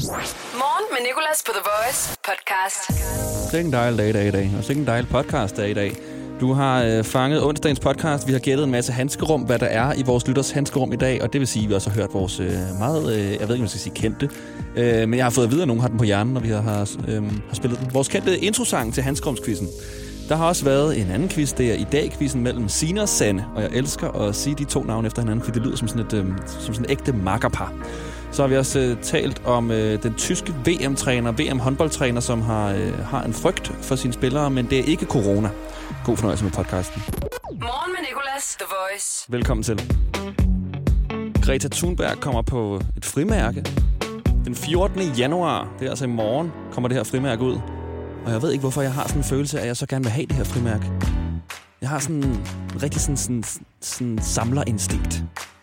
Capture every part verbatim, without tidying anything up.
Morgen med Nicolas på The Voice podcast. Det er ikke en dejlig dag i dag i dag, og det er ikke en dejlig podcast dag i dag. Du har øh, fanget onsdagens podcast. Vi har gættet en masse handskerum, hvad der er i vores lytters handskerum i dag. Og det vil sige, at vi også har hørt vores øh, meget, øh, jeg ved ikke, om jeg skal sige kendte. Øh, men jeg har fået at vide, at nogen har den på hjernen, når vi har, øh, har spillet den. Vores kendte introsang til handskerumsquizzen. Der har også været en anden quiz, det er i dag-quizzen mellem Signe og Sanne. Og jeg elsker at sige de to navne efter hinanden, fordi det lyder som sådan et, øh, som sådan et ægte makkerpar. Så har vi også øh, talt om øh, den tyske V M-træner, V M-håndboldtræner, som har, øh, har en frygt for sine spillere, men det er ikke corona. God fornøjelse med podcasten. Morgen med Nicolas, The Voice. Velkommen til. Greta Thunberg kommer på et frimærke. Den fjortende januar, det er altså i morgen, kommer det her frimærke ud. Og jeg ved ikke, hvorfor jeg har sådan en følelse af, at jeg så gerne vil have det her frimærke. Jeg har sådan en rigtig sådan, sådan, sådan samlerinstinkt.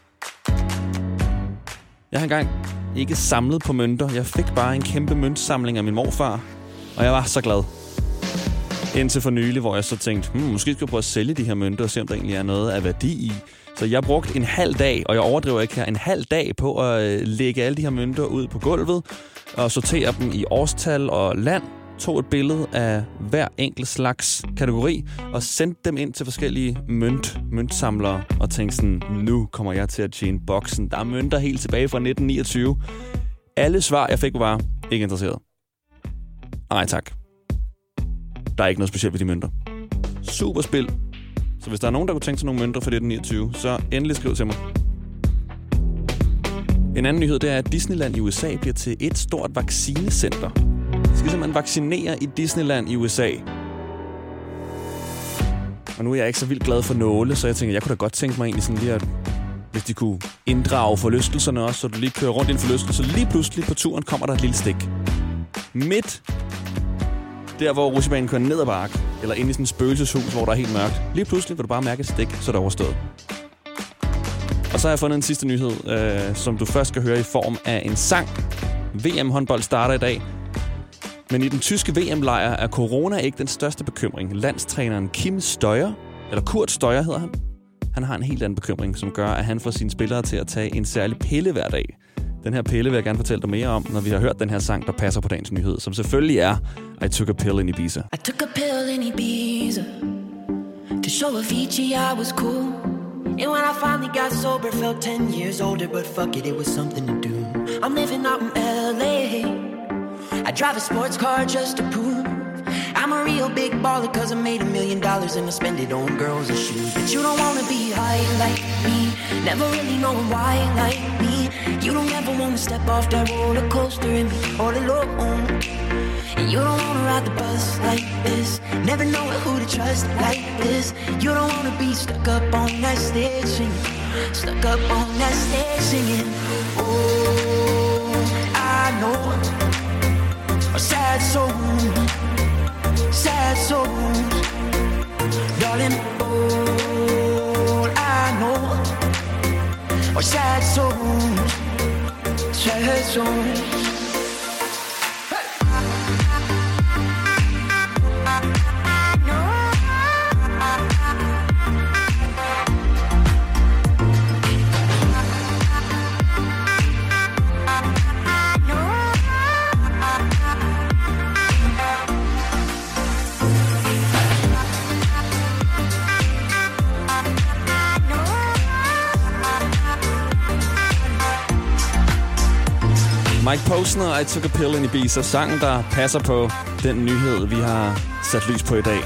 Jeg har engang ikke samlet på mønter. Jeg fik bare en kæmpe møntsamling af min morfar, og jeg var så glad. Indtil for nylig, hvor jeg så tænkte, hmm, måske skal jeg prøve at sælge de her mønter og se, om der egentlig er noget af værdi i. Så jeg brugte en halv dag, og jeg overdriver ikke her, en halv dag på at lægge alle de her mønter ud på gulvet og sortere dem i årstal og land. Tog et billede af hver enkelt slags kategori og sendte dem ind til forskellige mønt, møntsamlere og tænkte sådan, nu kommer jeg til at tjene boksen. Der er mønter helt tilbage fra nitten niogtyve. Alle svar, jeg fik, var ikke interesseret. Nej tak. Der er ikke noget specielt ved de mønter. Super spil. Så hvis der er nogen, der kunne tænke sig nogle mønter fra nitten niogtyve, så endelig skriv til mig. En anden nyhed, det er, at Disneyland i U S A bliver til et stort vaccinecenter. De skal simpelthen vaccinere i Disneyland i U S A. Og nu er jeg ikke så vildt glad for nåle, så jeg tænker, jeg kunne da godt tænke mig egentlig sådan lige, at hvis de kunne inddrage forlystelserne også, så du lige kører rundt i en forlystelse, så lige pludselig på turen kommer der et lille stik. Midt der, hvor rutsjebanen kører ned ad bakke, eller ind i sådan et spøgelseshus, hvor der er helt mørkt. Lige pludselig vil du bare mærke et stik, så er det overstået. Og så har jeg fundet en sidste nyhed, øh, som du først skal høre i form af en sang. V M-håndbold starter i dag. Men i den tyske V M-lejr er corona ikke den største bekymring. Landstræneren Kim Støjer, eller Kurt Støjer hedder han, han har en helt anden bekymring, som gør, at han får sine spillere til at tage en særlig pille hver dag. Den her pille vil jeg gerne fortælle dig mere om, når vi har hørt den her sang, der passer på dagens nyhed, som selvfølgelig er I Took a Pill in Ibiza. I took a pill in Ibiza to show Avicii I was cool. And when I finally got sober, felt ten years older, but fuck it, it was something to do. I'm living out in L A. I drive a sports car just to prove I'm a real big baller, cause I made a million dollars and I spend it on girls and shoes. But you don't wanna be high like me, never really knowing why like me. You don't ever wanna step off that roller coaster and be all alone. And you don't wanna ride the bus like this, never knowing who to trust like this. You don't wanna be stuck up on that stage singing, stuck up on that stage singing. Oh, I know a sad soul, sad souls, darling, all I know are sad souls, sad souls. Mike Posner, I Took a Pill in Ibiza, sangen, der passer på den nyhed, vi har sat lys på i dag.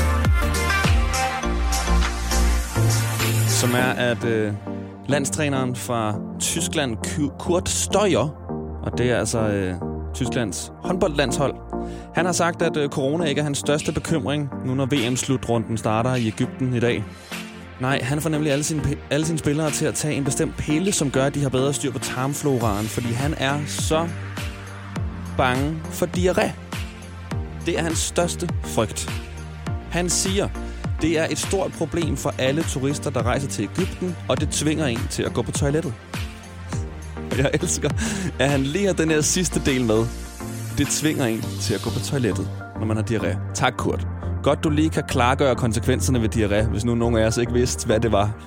Som er, at øh, landstræneren fra Tyskland, Kurt Støjer, og det er altså øh, Tysklands håndboldlandshold, han har sagt, at øh, corona ikke er hans største bekymring, nu når V M-slutrunden starter i Egypten i dag. Nej, han får nemlig alle sine, alle sine spillere til at tage en bestemt pille, som gør, at de har bedre styr på tarmfloraen, fordi han er så bange for diarré. Det er hans største frygt. Han siger, det er et stort problem for alle turister, der rejser til Egypten, og det tvinger en til at gå på toilettet. Og jeg elsker, at han lige har den her sidste del med. Det tvinger en til at gå på toilettet, når man har diarré. Tak, Kurt. Godt, du lige kan klargøre konsekvenserne ved diarré, hvis nu nogen af os ikke vidste, hvad det var.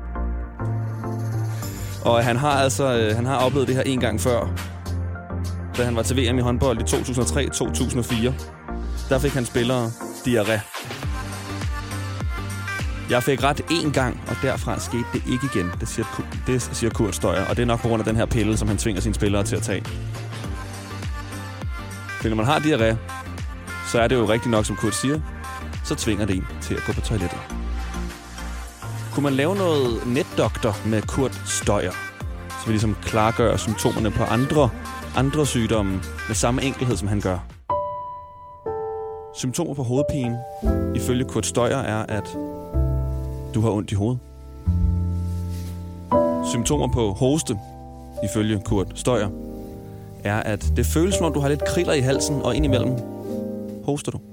Og han har altså han har oplevet det her en gang før. da han var til V M i håndbold i to tusind og tre til to tusind og fire. Der fik han spillere diarré. Jeg fik ret én gang, og derfra skete det ikke igen. Det siger, det siger Kurt Støjer, og det er nok på grund af den her pille, som han tvinger sine spillere til at tage. For når man har diarré, så er det jo rigtigt nok, som Kurt siger, så tvinger det en til at gå på toilettet. Kunne man lave noget netdoktor med Kurt Støjer, så vi ligesom klargør symptomerne på andre, andre sygdomme med samme enkelhed, som han gør? Symptomer på hovedpine, ifølge Kurt Støjer, er, at du har ondt i hovedet. Symptomer på hoste, ifølge Kurt Støjer, er, at det føles, som om du har lidt kriller i halsen, og indimellem hoster du.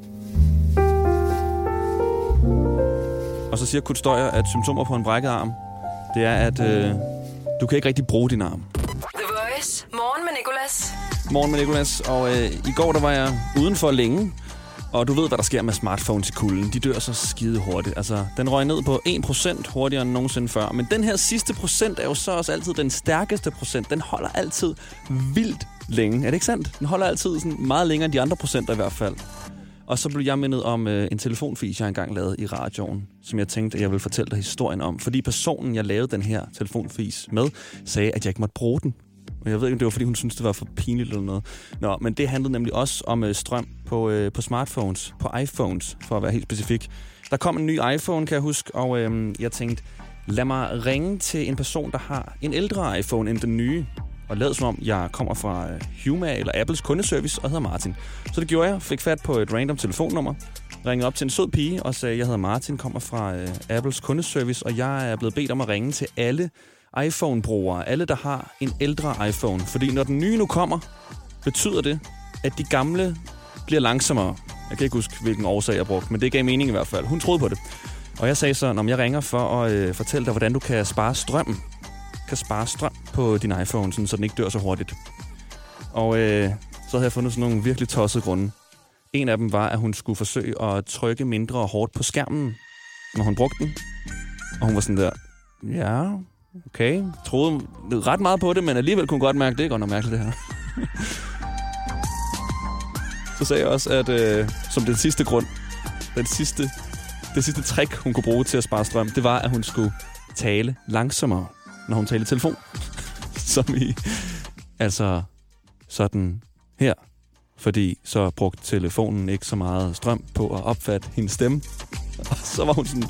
Og så siger Kurt Støjer, at symptomer på en brækket arm, det er, at øh, du kan ikke rigtig bruge din arm. The Voice. Morgen med Nicolas. Morgen med Nicolas. Og øh, i går, der var jeg udenfor længe. Og du ved, hvad der sker med smartphones i kulden. De dør så skide hurtigt. Altså, den røg ned på en procent hurtigere end nogensinde før. Men den her sidste procent er jo så også altid den stærkeste procent. Den holder altid vildt længe. Er det ikke sandt? Den holder altid sådan meget længere end de andre procenter i hvert fald. Og så blev jeg mindet om øh, en telefonfis, jeg engang lavede i radioen, som jeg tænkte, at jeg ville fortælle dig historien om. Fordi personen, jeg lavede den her telefonfis med, sagde, at jeg ikke måtte bruge den. Og jeg ved ikke, om det var, fordi hun syntes, det var for pinligt eller noget. Nå, men det handlede nemlig også om øh, strøm på, øh, på smartphones, på iPhones, for at være helt specifik. Der kom en ny iPhone, kan jeg huske, og øh, jeg tænkte, lad mig ringe til en person, der har en ældre iPhone end den nye. Og lad som om, jeg kommer fra Huma eller Apples kundeservice og hedder Martin. Så det gjorde jeg. Fik fat på et random telefonnummer. Ringede op til en sød pige og sagde, jeg hedder Martin, kommer fra uh, Apples kundeservice, og jeg er blevet bedt om at ringe til alle iPhone-brugere. Alle, der har en ældre iPhone. Fordi når den nye nu kommer, betyder det, at de gamle bliver langsommere. Jeg kan ikke huske, hvilken årsag jeg brugte, men det gav mening i hvert fald. Hun troede på det. Og jeg sagde så, når jeg ringer for at uh, fortælle dig, hvordan du kan spare strømmen. kan spare strøm på din iPhone, sådan, så den ikke dør så hurtigt. Og øh, så havde jeg fundet sådan nogle virkelig tossede grunde. En af dem var, at hun skulle forsøge at trykke mindre og hårdt på skærmen, når hun brugte den. Og hun var sådan der, ja, okay. Troede ret meget på det, men alligevel kunne godt mærke, det er godt nok mærkeligt, det her. Så sagde jeg også, at øh, som den sidste grund, den sidste, det sidste trick, hun kunne bruge til at spare strøm, det var, at hun skulle tale langsommere, når hun talte i telefon. Som i, altså sådan her. Fordi så brugte telefonen ikke så meget strøm på at opfatte hendes stemme. Og så var hun sådan,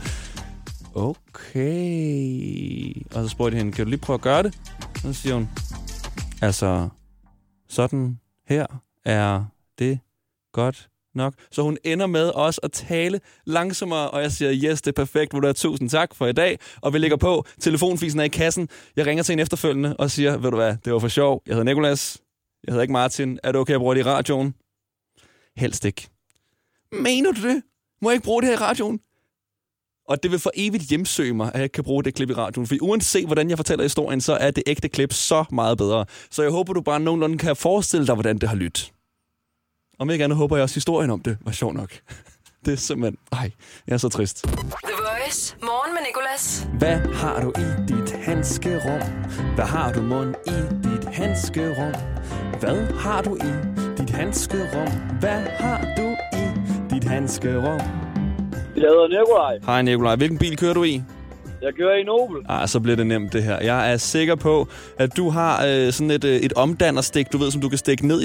okay. Og så spurgte jeg hende, kan du lige prøve at gøre det? Og så siger hun, altså, sådan her er det godt nok. Så hun ender med også at tale langsommere, og jeg siger, yes, det er perfekt, vil du have tusind tak for i dag, og vi lægger på, telefonfisen er i kassen, jeg ringer til en efterfølgende og siger, ved du hvad, det var for sjov, jeg hedder Nicolas, jeg hedder ikke Martin, er det okay, jeg bruger det i radioen? Helst ikke. Mener du det? Må jeg ikke bruge det her i radioen? Og det vil for evigt hjemsøge mig, at jeg kan bruge det klip i radioen, for uanset hvordan jeg fortæller historien, så er det ægte klip så meget bedre. Så jeg håber, du bare nogenlunde kan forestille dig, hvordan det har lyttet. Om ikke andet håber jeg også, historien om det var sjov nok. Det er simpelthen... Ej, jeg er så trist. The Voice. Morgen med Nicolas. Hvad har du i dit handskerum? Hvad har du mund i dit handskerum? Hvad har du i dit handskerum? Hvad har du i dit handskerum? Jeg hedder Nikolaj. Hej Nikolaj. Hvilken bil kører du i? Jeg kører i en Opel. Ah, så bliver det nemt det her. Jeg er sikker på, at du har øh, sådan et, øh, et omdannerstik, du ved, som du kan stikke ned i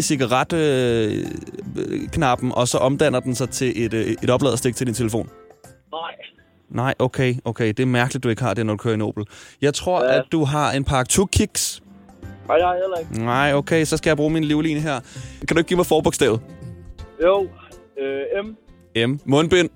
cigaretknappen, øh, og så omdanner den sig til et, øh, et opladerstik til din telefon. Nej. Nej, okay, okay. Det er mærkeligt, du ikke har det, når du kører i en Opel. Jeg tror, ja. at du har en par tuk-kiks. Nej, jeg har heller ikke. Nej, okay, så skal jeg bruge min livline her. Kan du ikke give mig forbogstavet? Jo, øh, M. M. Mundbind.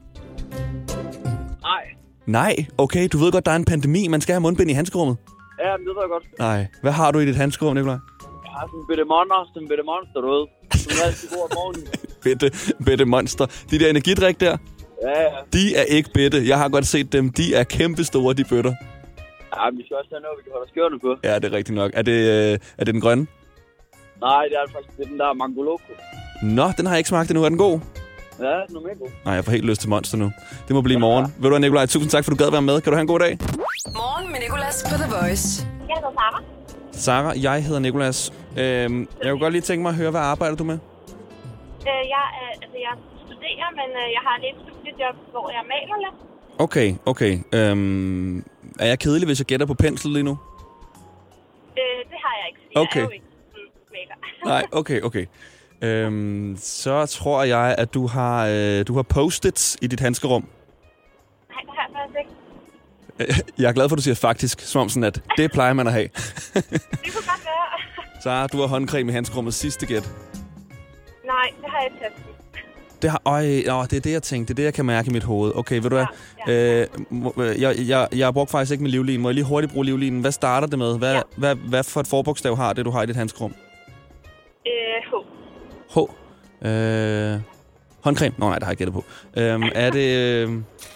Nej. Nej, okay, du ved godt, der er en pandemi. Man skal have mundbind i handskerummet. Ja, det ved jeg godt. Nej. Hvad har du i dit handskerum, Nikolaj? Jeg har sådan en bitte monster, sådan en bitte monster, du ved. Som er rigtig god om morgenen. bitte, bitte monster. De der energidrik der? Ja, ja. De er ikke bitte. Jeg har godt set dem. De er kæmpe store, de bøtter. Ja, men vi skal også have noget, vi kan holde skørene på. Ja, det er rigtigt nok. Er det, øh, er det den grønne? Nej, det er faktisk det er den der Mango Loco. Nå, den har jeg ikke smagt endnu. Er den god? Ja, den er mere god. Nej, jeg får helt lyst til monster nu. Det må blive i morgen. Ved du hvad, Nikolaj? Tusind tak, for du gad være med. Kan du have en god dag? Morgen med Nicolas på The Voice. Jeg hedder Sara. Sara, jeg hedder Nicolas. Øhm, jeg kunne godt lige tænke mig at høre, hvad arbejder du med? Øh, jeg, er, altså, jeg studerer, men øh, jeg har lidt studiejob, hvor jeg maler lidt. Okay, okay. Øhm, er jeg kedelig, hvis jeg gætter på pensel lige nu? Øh, det har jeg ikke. Jeg okay. er jo ikke maler. Nej, okay, okay. Øhm, så tror jeg, at du har, øh, du har post-its i dit handskerum. Nej, det har jeg faktisk ikke. Jeg er glad for, at du siger faktisk, som om sådan, at det plejer man at have. Det kunne godt være. Sara, du har håndcreme i handskerummet. Sidste gæt. Nej, det har jeg ikke. Det har, øj, åh, det er det, jeg tænkte. Det er det, jeg kan mærke i mit hoved. Okay, ved du hvad? Ja, ja. Øh, må, jeg, jeg, jeg har brugt faktisk ikke min livlin. Må jeg lige hurtigt bruge livlinen? Hvad starter det med? Hvad, Ja. hvad, hvad for et forbogstav har det, du har i dit handskerum? Øh, H. H. Øh, håndcreme? Nå nej, det har jeg gættet på. Øh, er det... Øh,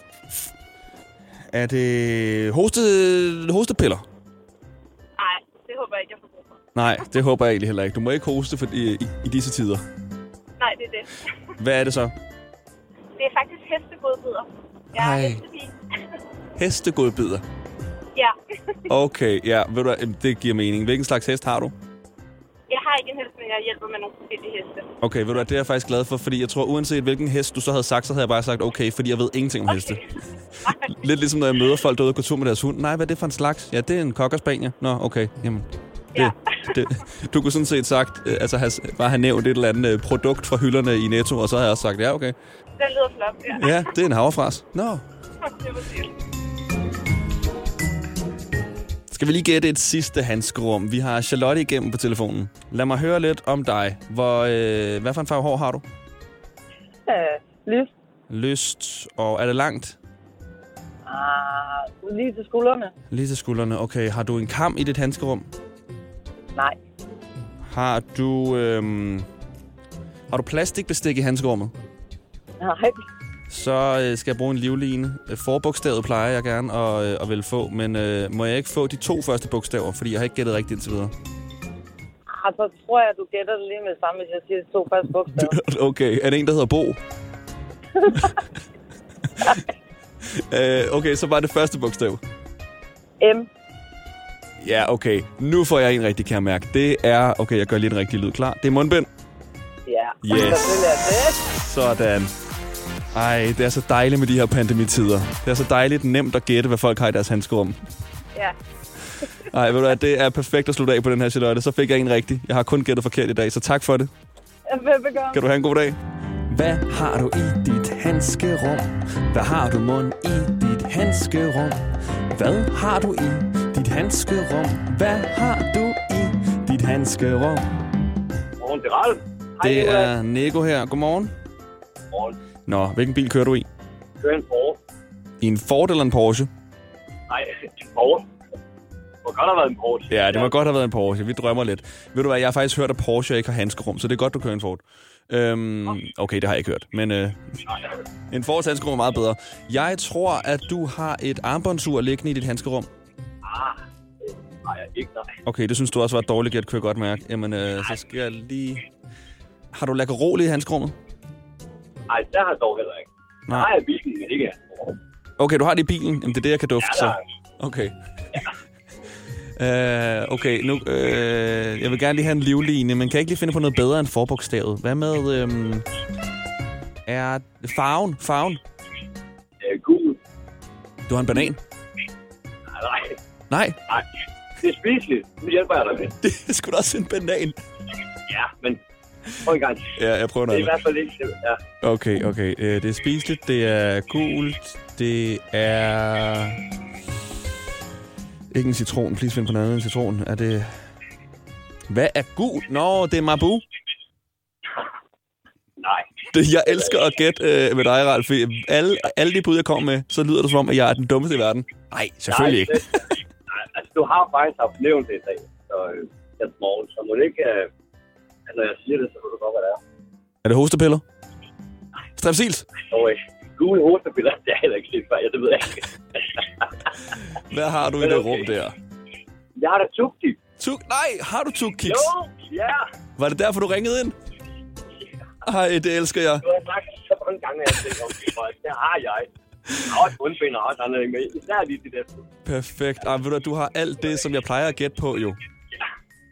er det hoste, hostepiller? Nej, det håber jeg ikke, jeg får brug for. Nej, det håber jeg egentlig heller ikke. Du må ikke hoste for, i, i, i disse tider. Nej, det er det. Hvad er det så? Det er faktisk hestegodbidder. Jeg er Ej. hestepige. Hestegodbidder. Ja. Okay, ja, ved du hvad, det giver mening. Hvilken slags hest har du? Jeg har ikke en hest, men jeg hjælper med nogle forskellige heste. Okay, ved du hvad, det er jeg faktisk glad for, fordi jeg tror, uanset hvilken hest du så havde sagt, så havde jeg bare sagt okay, fordi jeg ved ingenting om okay. heste. Lidt ligesom, når jeg møder folk, der er ude og gå tur med deres hund. Nej, hvad er det for en slags? Ja, det er en cocker spaniel. Nå, okay, jamen. Det, Ja. det, du kunne sådan set sagt, øh, altså have, bare have nævnt et eller andet øh, produkt fra hylderne i Netto, og så havde jeg også sagt, ja, okay. Den lyder flot, ja. Ja, det er en havrefras. Nå. Det var det. Skal vi lige gætte et sidste handskerum? Vi har Charlotte igennem på telefonen. Lad mig høre lidt om dig. Hvor, øh, hvad for en farve hår har du? Øh, lyst. Lyst. Og er det langt? Ah, lige til skuldrene. Lige til skuldrene. Okay. Har du en kam i dit handskerum? Nej. Har du, øhm, har du plastikbestik i handskerummet? Nej. Så øh, skal jeg bruge en livline. Forbogstavet plejer jeg gerne at, øh, at vil få, men øh, må jeg ikke få de to første bogstaver, fordi jeg har ikke gættet rigtigt indtil videre. Ah, så tror jeg, at du gætter det lige med det samme, hvis jeg siger de to første bogstaver. Okay, er det en, der hedder Bo? øh, okay, så var det første bogstav. M. Ja, okay. Nu får jeg en rigtig, kan jeg mærke. Det er... Okay, jeg gør lige den rigtige lyd klar. Det er mundbind. Ja. Yes. Selvfølgelig er det. Sådan. Ej, det er så dejligt med de her pandemitider. Det er så dejligt nemt at gætte, hvad folk har i deres handskerum. Ja. Ej, ved du hvad, det er perfekt at slutte af på den her, Charlotte. Så fik jeg en rigtig. Jeg har kun gættet forkert i dag, så tak for det. Velbekomme. Kan du have en god dag? Hvad har du i dit handskerum? Hvad har du mund i dit handskerum? Hvad har du i dit handskerum? Hvad har du i dit handskerum? Morgen til Ralf. Det er Nico her. Godmorgen. Morgen. Nå, hvilken bil kører du i? Kører en Ford. I en Ford eller en Porsche? Nej, en Ford. Det må godt have været en Porsche. Ja, det må godt have været en Porsche. Vi drømmer lidt. Ved du hvad, jeg har faktisk hørt, at Porsche ikke har handskerum, så det er godt, du kører en Ford. Øhm, okay, det har jeg ikke hørt, men øh, en Fords handskerum er meget bedre. Jeg tror, at du har et armbåndsur liggende i dit handskerum. Ah, nej, ikke nej. Okay, det synes du også var et dårligt gæt, kan jeg godt mærke. Jamen, øh, så skal jeg lige... Har du Lacquerol i handskerummet? Nej, der har jeg dog heller ikke. Nej. Nej, jeg er bilen, men ikke. Okay, du har det i bilen. Jamen, det er det, jeg kan dufte, Ja, så. der er. Okay. Uh, okay, nu, uh, jeg vil gerne lige have en livline, men kan jeg ikke lige finde på noget bedre end forbogstavet? Hvad med, um, er farven? Farven? Øh, gul. Du har en banan? Nej, nej. Nej, Nej, det er spiseligt. Nu hjælper jeg dig med. det er sgu da også en banan. Ja, men prøv en gang. Ja, jeg prøver Det er i noget. hvert fald ikke det. Ja. Okay, okay. Uh, det er spiseligt, det er gult, det er... Ikke en citron. Please find på noget andet end citron. Er det... Hvad er gult? Nå, det er Marabou. Nej. Det, jeg elsker at gætte øh, med dig, Ralf. Alle, alle de bud, jeg kommer med, så lyder det som om, at jeg er den dummeste i verden. Nej, selvfølgelig ikke. Nej, det, nej, altså, du har faktisk haft nævnt det i dag. Så øh, jeg morgen, så må det ikke... Øh, når jeg siger det, så ved du godt, hvad det er. Er det hostepiller? Strepsils? Og øh, gule hostepiller, det har jeg heller ikke set før. Ja, det ved jeg ikke. Hvad har du i det rum der? Jeg har da tuktik. Tuk? Nej, har du tukkiks? Jo, ja. Var det derfor, du ringede ind? Ej, det elsker jeg. Du har sagt så mange gange, at jeg tænker, okay, det har jeg. Jeg har også bundfinder og også andre med. Især lige det der. Perfekt. Ej, ved du, du har alt det, som jeg plejer at gætte på, jo. Ja.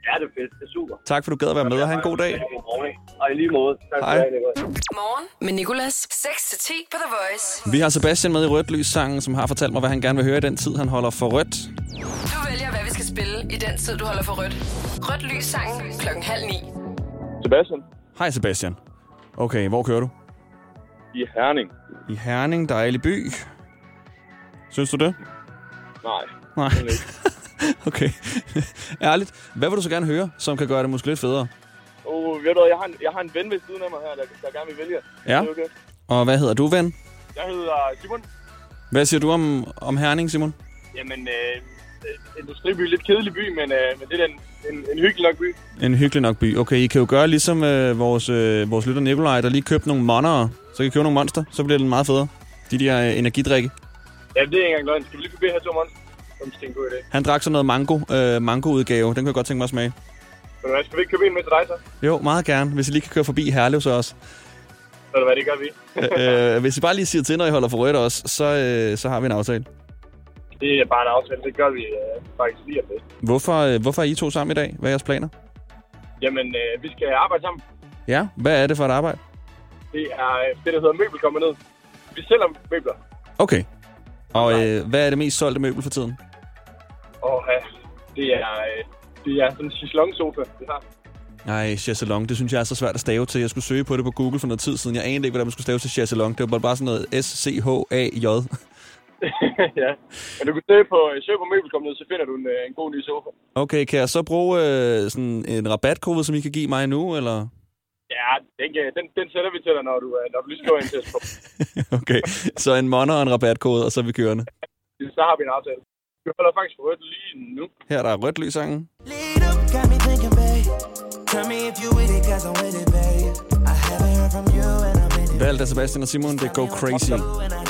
Ja, det er fedt. Det er super. Tak for, du gad at være med, og have en god dag. Og i lige måde. Tak Hej. for det. Morgen med Nicolas. seks til ti på The Voice. Vi har Sebastian med i Rødt Lys-sangen, som har fortalt mig, hvad han gerne vil høre i den tid, han holder for rødt. Du vælger, hvad vi skal spille i den tid, du holder for rødt. Rødt Lys-sangen klokken halv ni. Sebastian. Hej Sebastian. Okay, hvor kører du? I Herning. I Herning, dejlig by. Synes du det? Nej. Nej. Okay. Ærligt. Hvad vil du så gerne høre, som kan gøre det måske lidt federe? Oh, ved du, jeg har en, jeg har en ven ved siden af mig her, der, der gerne vil vælge. Ja. Okay. Og hvad hedder du, ven? Jeg hedder Simon. Hvad siger du om, om Herning, Simon? Jamen, øh, industriby, lidt kedelig by, men, øh, men det er en, en, en hyggelig nok by. En hyggelig nok by. Okay, I kan jo gøre ligesom øh, vores, øh, vores lytter Nikolaj, der lige købte nogle monere. Så kan I købe nogle monster, så bliver det meget federe. De der øh, energidrikke. Ja, det er ikke engang løgn. Skal vi lige forbi her to monster? Han drak så noget mango, øh, mango-udgave. Den kan jeg godt tænke mig at smage. Men hvad, skal vi ikke købe en med til dig så? Jo, meget gerne. Hvis I lige kan køre forbi Herlev så også. Ved du hvad, det gør vi. øh, hvis I bare lige siger til, når I holder for rødt også, så, øh, så har vi en aftale. Det er bare en aftale. Det gør vi øh, faktisk lige om lidt. Hvorfor, øh, hvorfor er I to sammen i dag? Hvad er jeres planer? Jamen, øh, vi skal arbejde sammen. Ja, hvad er det for et arbejde? Det er det, der hedder Møbel kommer ned. Vi sælger møbler. Okay. Og øh, hvad er det mest solgte møbel for tiden? Åh, ja. Det er, øh, det er sådan en chaiselong-sofa, vi har. Nej, chaiselong, det synes jeg er så svært at stave til. Jeg skulle søge på det på Google for noget tid siden. Jeg anede ikke, hvordan man skulle stave til chaiselong. Det var bare sådan noget S C H A J. Ja, men du kan søge på, søge på Møbel kommer ned, så finder du en, en god ny sofa. Okay, kan jeg så bruge øh, sådan en rabatkode, som I kan give mig nu, eller? Ja, den, den, den sætter vi til dig, når du, når du lige skriver ind til os på. Okay, så en monner og en rabatkode, og så er vi kørende. Så har vi en aftale. Vi holder faktisk på rødt lige nu. Her er der Rødt Lys-sangen. Valgt af Sebastian og Simon, det Go Crazy. Der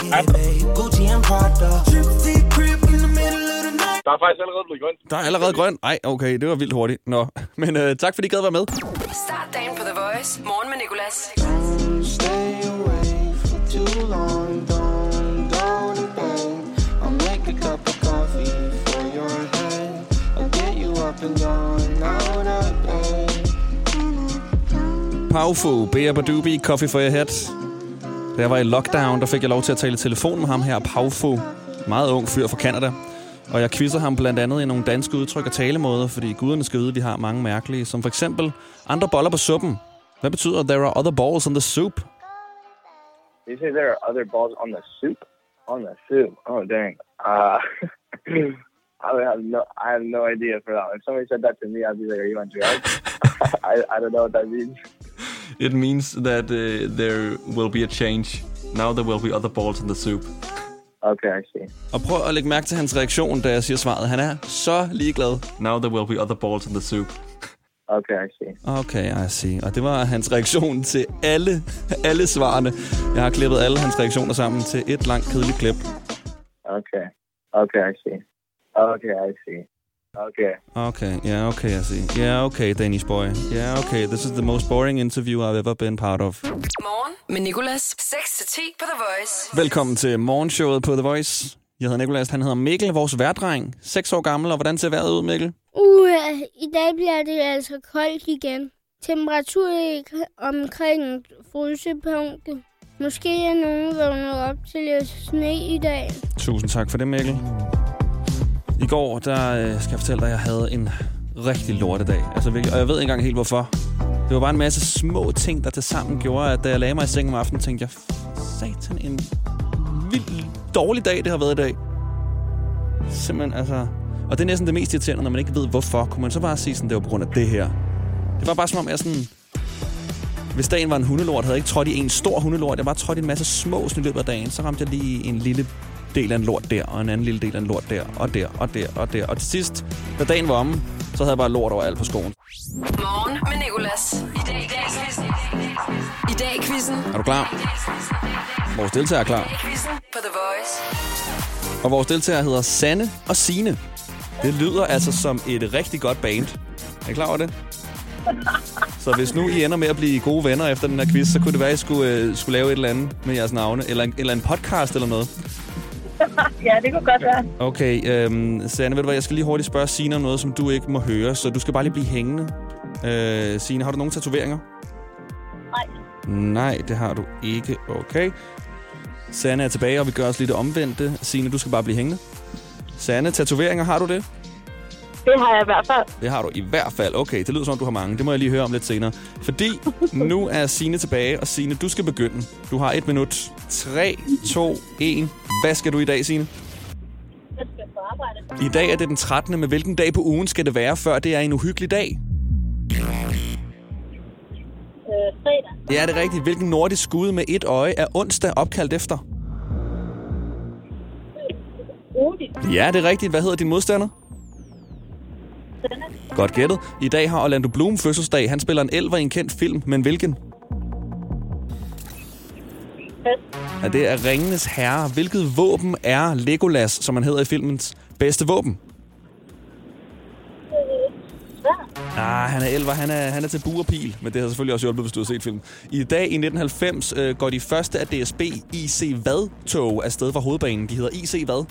er faktisk allerede blevet grønt. Der er allerede grønt? Ej, okay, det var vildt hurtigt. Nå, men øh, tak fordi I gad være med. Start dagen på The Voice. Morgen med Nicolas. Paufu, Bea Badubi, Coffee for your head. Da jeg var i lockdown, der fik jeg lov til at tale i telefon med ham her, Paufu. Meget ung fyr fra Canada. Og jeg quizzer ham blandt andet i nogle danske udtryk og talemåder, fordi guderne skal vide, at vi har mange mærkelige. Som for eksempel andre boller på suppen. Hvad betyder there are other balls on the soup? You say there are other balls on the soup? On the soup? Oh, dang. Uh, I have no, I have no idea for that. If somebody said that to me, I'd be like, are you on drugs? I, I don't know what that means. It means that uh, there will be a change. Now there will be other balls in the soup. Okay, I see. Og prøv at lægge mærke til hans reaktion, da jeg siger svaret. Han er så ligeglad. Now there will be other balls in the soup. Okay, I see. Okay, I see. Og det var hans reaktion til alle, alle svarene. Jeg har klippet alle hans reaktioner sammen til et langt, kedeligt klip. Okay. Okay, I see. Okay, I see. Okay. Okay, yeah, okay, I see. Yeah, okay, Danish boy. Yeah, okay, this is the most boring interview I've ever been part of. Morgen med Nicolas. seks til ti på The Voice. Velkommen til morgenshowet på The Voice. Jeg hedder Nicolas, han hedder Mikkel, vores værdreng. Seks år gammel, og hvordan ser vejret ud, Mikkel? Uh, i dag bliver det altså koldt igen. Temperatur omkring frysepunktet. Måske er nogen vågnet op til lidt sne i dag. Tusind tak for det, Mikkel. I går, der øh, skal jeg fortælle dig, at jeg havde en rigtig lortedag. Altså virkelig, og jeg ved ikke engang helt hvorfor. Det var bare en masse små ting, der tilsammen gjorde, at da jeg lagde mig i sengen om aftenen, tænkte jeg, satan, en vildt dårlig dag, det har været i dag. Simpelthen, altså... Og det er næsten det mest irriterende, når man ikke ved hvorfor. Kunne man så bare sige sådan, det var på grund af det her. Det var bare som om, jeg sådan... Hvis dagen var en hundelort, havde jeg ikke trådt i en stor hundelort. Jeg bare trådt i en masse små i løbet af dagen. Så ramte jeg lige en lille del af en lort der, og en anden lille del af en lort der, og der, og der, og der. Og til sidst, da dagen var omme, så havde jeg bare lort over alt på skoen. Morgen med Nicolas. I dag i quizzen. I dag i quizzen. Er du klar? Vores deltager er klar. Quizzen på The Voice. Og vores deltager hedder Sanne og Signe. Det lyder altså som et rigtig godt band. Er I klar over det? Så hvis nu I ender med at blive gode venner efter den her quiz, så kunne det være, at I skulle, uh, skulle lave et eller andet med jeres navne. Eller en, eller en podcast eller noget. Ja, det kunne godt være. Okay, øhm, Sanne, ved du hvad, jeg skal lige hurtigt spørge Signe om noget, som du ikke må høre, så du skal bare lige blive hængende. Øh, Signe, har du nogle tatoveringer? Nej. Nej, det har du ikke. Okay. Sanne er tilbage, og vi gør os lidt omvendte. Signe, du skal bare blive hængende. Sanne, tatoveringer, har du det? Det har jeg i hvert fald. Det har du i hvert fald. Okay, det lyder som om, du har mange. Det må jeg lige høre om lidt senere. Fordi nu er Signe tilbage, og Signe, du skal begynde. Du har et minut. tre, to, et. Hvad skal du i dag, Signe? Jeg skal på arbejde. I dag er det den trettende Men hvilken dag på ugen skal det være, før det er en uhyggelig dag? Øh, fredag. Ja, det er rigtigt. Hvilken nordisk skud med et øje er onsdag opkaldt efter? Odin. Ja, det er rigtigt. Hvad hedder din modstander? Godt gættet. I dag har Orlando Bloom fødselsdag. Han spiller en elver i en kendt film, men hvilken? Ja, det er Ringenes Herre. Hvilket våben er Legolas, som han hedder i filmens bedste våben? Ah, han er elver. Han er, han er til bue og pil, men det har selvfølgelig også hjulpet, hvis du har set filmen. I dag i nitten halvfems øh, går de første af D S B I C Vad-tog afsted fra hovedbanen. De hedder I C Vad.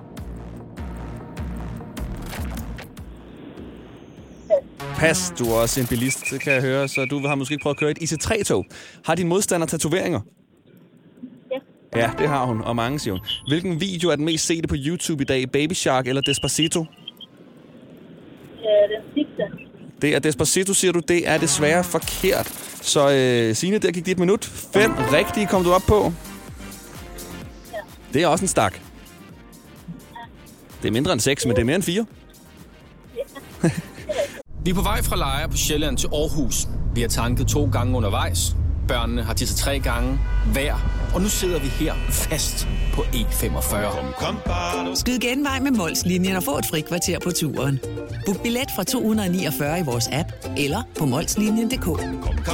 Pas, du er også en bilist, det kan jeg høre, så du har måske ikke prøvet at køre et I C tre tog. Har din modstander tatoveringer? Ja. Ja, det har hun, og mange siger hun. Hvilken video er den mest sete på YouTube i dag? Baby Shark eller Despacito? Ja, den sidste. Det er Despacito, siger du. Det er desværre forkert. Så øh, Signe, der gik dit minut. Fem rigtige kom du op på. Ja. Det er også en stak. Det er mindre end seks, men det er mere end fire. Ja. Vi er på vej fra Lejre på Sjælland til Aarhus. Vi har tanket to gange undervejs. Børnene har tisset tre gange hver. Og nu sidder vi her fast på E femogfyrre. Skyd genvej med Mols-linjen og få et frikvarter på turen. Book billet fra to hundrede niogfyrre i vores app eller på molslinjen punktum d k.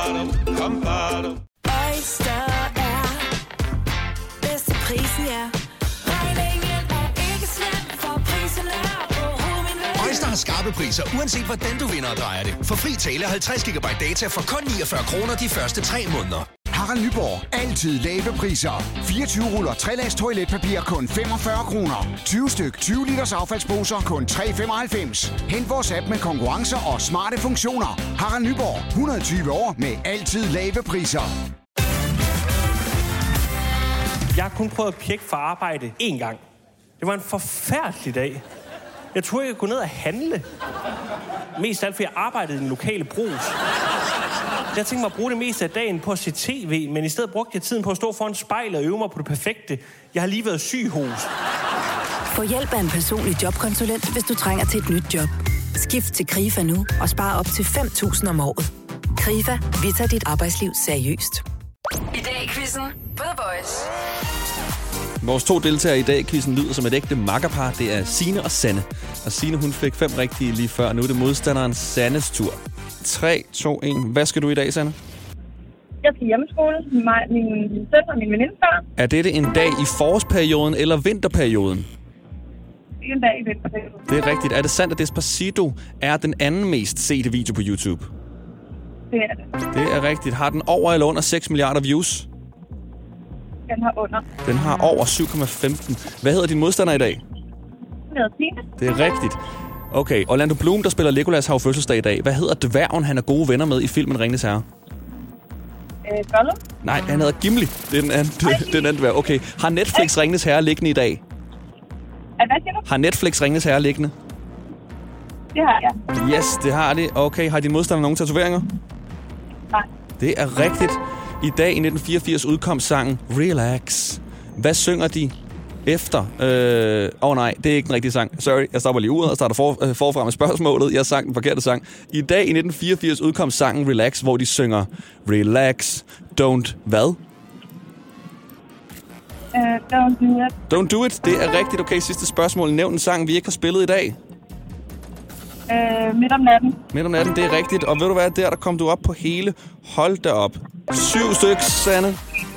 Oyster er bedst til prisen, ja. Regningen er ikke slem, for prisen er på hovedet. Oyster har skarpe priser, uanset hvordan du vinder og drejer det. For fri tale halvtreds gigabyte data for kun niogfyrre kroner de første tre måneder. Harald Nyborg. Altid lave priser. fireogtyve ruller tre lags toiletpapir kun femogfyrre kroner. tyve styk tyve liters affaldsposer kun tre femoghalvfems. Hent vores app med konkurrencer og smarte funktioner. Harald Nyborg. hundrede og tyve år med altid lave priser. Jeg har kun prøvet at pjekke for arbejde én gang. Det var en forfærdelig dag. Jeg troede, jeg kunne gå ned og handle. Mest af alt, fordi jeg arbejdede i den lokale brus. Jeg tænkte mig at bruge det meste af dagen på at se tv, men i stedet brugte jeg tiden på at stå foran spejlet og øve mig på det perfekte. Jeg har lige været syg hos. Få hjælp af en personlig jobkonsulent, hvis du trænger til et nyt job. Skift til Krifa nu og spar op til fem tusind om året. Krifa, vi tager dit arbejdsliv seriøst. I dag i quizzen på The Voice. Vores to deltagere i dag i quizzen lyder som et ægte makkerpar. Det er Signe og Sanne. Og Signe, hun fik fem rigtige lige før. Nu er det modstanderen Sannes tur. tre, to, et. Hvad skal du i dag, Sanne? Jeg skal hjemmeskole med mig, min søn og min veninde før. Er dette en dag i forårsperioden eller vinterperioden? Det er en dag i vinterperioden. Det er rigtigt. Er det sandt, at Despacito er den anden mest sete video på YouTube? Det er det. Det er rigtigt. Har den over eller under seks milliarder views? Den har under. Den har over syv komma femten. Hvad hedder din modstander i dag? Den hedder Signe. Det er rigtigt. Okay, Orlando Bloom, der spiller Legolas, har jo fødselsdag i dag. Hvad hedder dværgen, han er gode venner med i filmen Ringenes Herre? Øh, Gollum? Nej, han hedder Gimli. Det er den anden, det, det er den anden dværg. Okay, har Netflix Ringenes Herre liggende i dag? Hvad siger du? Har Netflix Ringenes Herre liggende? Det har jeg. Yes, det har det. Okay, har din modstander nogle tatoveringer? Nej. Det er rigtigt. I dag i nitten fireogfirs udkom sangen Relax. Hvad synger de efter? Åh øh, oh nej, det er ikke den rigtige sang. Sorry, jeg stopper lige uret og starter for, øh, forfra med spørgsmålet. Jeg sang den forkerte sang. I dag i nitten fireogfirs udkom sangen Relax, hvor de synger Relax, don't hvad? Uh, don't do it. Don't do it, det er rigtigt. Okay, sidste spørgsmål. Nævn en sang, vi ikke har spillet i dag. Uh, midt om natten. Midt om natten, det er rigtigt. Og ved du hvad, der der kom du op på hele. Hold da op. Syv stykker, Sanne.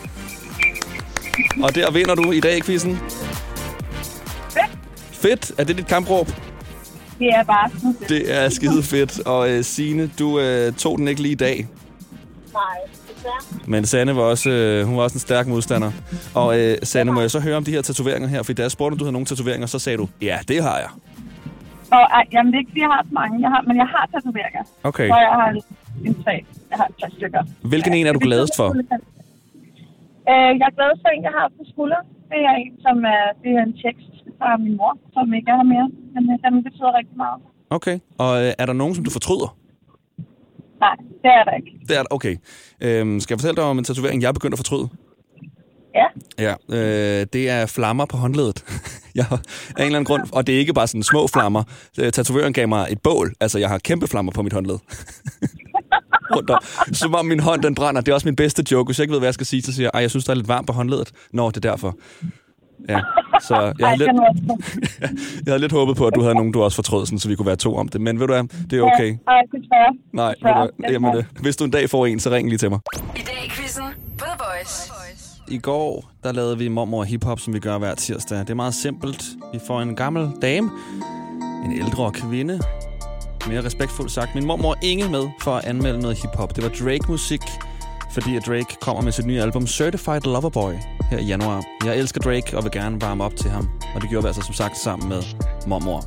Og der vinder du i dag i quizzen. Fedt. Fedt. Er det dit kampråb? Det er bare skide fedt. Det er skide fedt. Og uh, Signe, du uh, tog den ikke lige i dag. Nej, desværre. Men Sanne var også, øh, hun var også en stærk modstander. Og øh, Sanne, må jeg så høre om de her tatoveringer her? For da jeg spurgte, om du havde nogle tatoveringer, så sagde du, ja, det har jeg. Og, ej, jamen, det er ikke, fordi jeg har så mange, jeg har, men jeg har tatoveringer. Okay. Og jeg har en, en tre. Jeg har tre stykker. Hvilken en er du gladest for? Øh, jeg er gladest for en, jeg har på skulder. Det er en, som er, det er en tekst fra min mor, som ikke er her mere. Men øh, den betyder rigtig meget. Okay. Og øh, er der nogen, som du fortryder? Nej, det er der ikke. Det er der, okay. Øhm, skal jeg fortælle dig om en tatovering, jeg er begyndt at fortryde? Ja. Ja, øh, det er flammer på håndledet. Jeg har af en eller anden grund, og det er ikke bare sådan små flammer. Tatovøren gav mig et bål, altså jeg har kæmpe flammer på mit håndled. Rundt om. Som om min hånd, den brænder. Det er også min bedste joke. Hvis jeg ikke ved, hvad jeg skal sige, så siger jeg, ej, jeg synes, der er lidt varmt på håndledet. Nå, det er derfor. Ja, så jeg havde, lidt, jeg havde lidt håbet på, at du havde nogen, du også fortrød, sådan, så vi kunne være to om det. Men ved du hvad, det er okay. Nej, desværre. Nej, ved du hvad, jamen, det. Hvis du en dag får en, så ring lige til mig. I dag i quizzen på The Voice. I går, der lavede vi mormor hiphop, som vi gør hver tirsdag. Det er meget simpelt. Vi får en gammel dame, en ældre kvinde, mere respektfuldt sagt, min mormor Inge med for at anmelde noget hiphop. Det var Drake-musik, fordi at Drake kommer med sit nye album Certified Lover Boy her i januar. Jeg elsker Drake og vil gerne varme op til ham, og det gjorde vi altså som sagt sammen med mormor.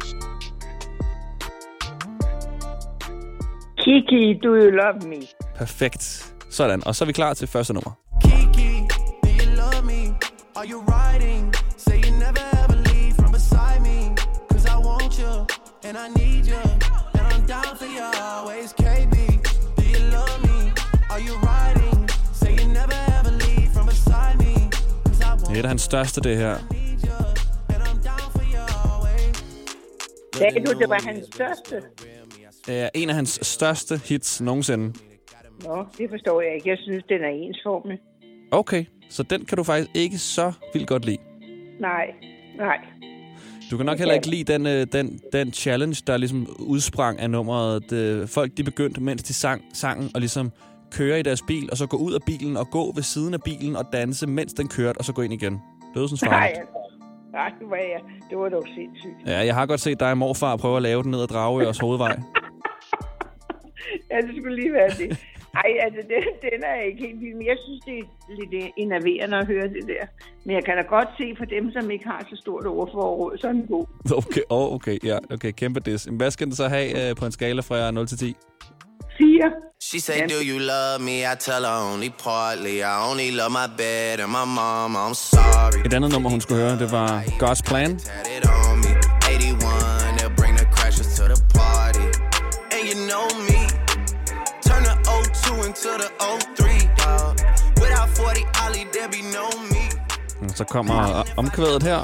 Kiki, do you love me? Perfekt. Sådan, og så er vi klar til første nummer. Kiki, do you love me? Are you riding? Say you never ever leave from beside me. Cause I want you, and I need you. And I'm down for you always, K B. Do you love me? Are you riding? Say you never ever leave from beside me. Cause I want Det er et af hans største, det her. Sagde du, det var hans største? Det er en af hans største hits nogensinde. Nå, det forstår jeg ikke. Jeg synes, den er ensformig. Okay, så den kan du faktisk ikke så vildt godt lide. Nej, nej. Du kan nok heller ikke lide den, den, den challenge, der ligesom udsprang af nummeret. Det, folk de begyndte, mens de sang sangen, og ligesom køre i deres bil, og så gå ud af bilen og gå ved siden af bilen og danse, mens den kørte, og så gå ind igen. Det var sådan farligt. Nej, det var jeg. Det var dog sindssygt. Ja, jeg har godt set dig og morfar prøve at lave den ned ad Dragørs hovedvej. Ja, det skulle lige være det. Ej, altså, den, den er ikke helt vild, men jeg synes, det er lidt enerverende at høre det der. Men jeg kan da godt se for dem, som ikke har så stort ordforråd, så er den god. Okay, oh, okay, ja, okay, kæmpe diss. Hvad skal den så have uh, på en skala fra nul til ti? fire. She say, do you love me? I tell her only partly. I only love my bed and my mom. I'm sorry. Et andet nummer, hun skulle høre, det var God's Plan. eighty-one, they'll bring the crashers to the party. And you know me. Turn the oh two into the oh three, dog. Without forty Ollie, there be no me. Så kommer omkvædet her.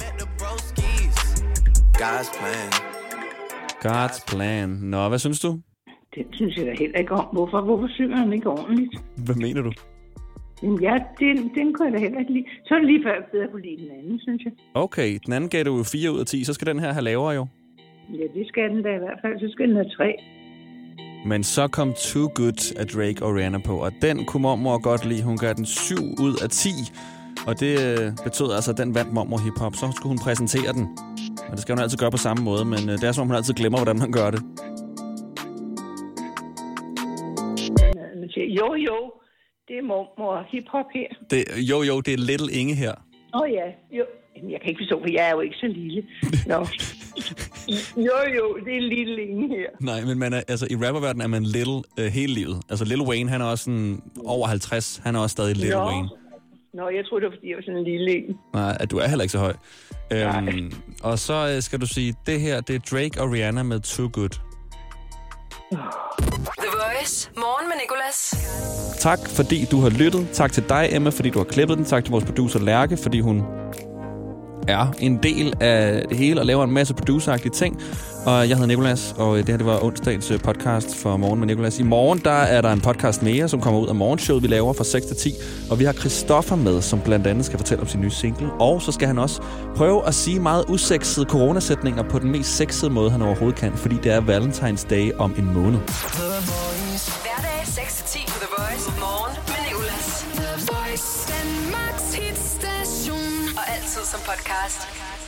God's plan. God's Plan. Nå, hvad synes du? Den synes jeg da heller ikke om. Hvorfor, hvorfor synger han ikke ordentligt? Hvad mener du? Jamen, ja, den, den kunne jeg da heller ikke lide. Så er det lige før, jeg bedre kunne lide den anden, synes jeg. Okay, den anden gav du jo fire ud af ti, så skal den her have lavere jo. Ja, det skal den da i hvert fald. Så skal den have tre. Men så kom Too Good af Drake og Rihanna på, og den kunne mormor godt lide. Hun gav den syv ud af ti, og det øh, betød altså, at den vandt mormor hiphop. Så skulle hun præsentere den, og det skal hun altid gøre på samme måde, men øh, det er som om hun altid glemmer, hvordan man gør det. Jo, jo, det er mormor hiphop her. Det, jo, jo, det er Little Inge her. Åh oh, ja, jo. Jeg kan ikke forstå, for jeg er jo ikke så lille. Nå. Jo, jo, det er Little Inge her. Nej, men man er, altså, i rapperverdenen er man Little øh, hele livet. Altså Lil Wayne, han er også sådan over halvtreds. Han er også stadig Lil Nå. Wayne. Nå, jeg troede, det var, fordi jeg var sådan en lille en. Nej, at du er heller ikke så høj. Øhm, og så øh, skal du sige, det her, det er Drake og Rihanna med Too Good. The Voice. Morgen med Nicolas. Tak, fordi du har lyttet. Tak til dig, Emma, fordi du har klippet den. Tak til vores producer, Lærke, fordi hun er en del af det hele og laver en masse produceragtige ting. Og jeg hedder Nicolas, og det her det var onsdagens podcast for Morgen med Nicolas. I morgen der er der en podcast mere, som kommer ud af morgenshowet, vi laver fra seks til ti. Og vi har Christoffer med, som blandt andet skal fortælle om sin nye single. Og så skal han også prøve at sige meget usexede coronasætninger på den mest sexede måde, han overhovedet kan. Fordi det er Valentine's Day om en måned. Hverdag seks til ti på The Voice. Morgen med Nicolas. The Voice. Danmarks hitstation. Og altid som podcast.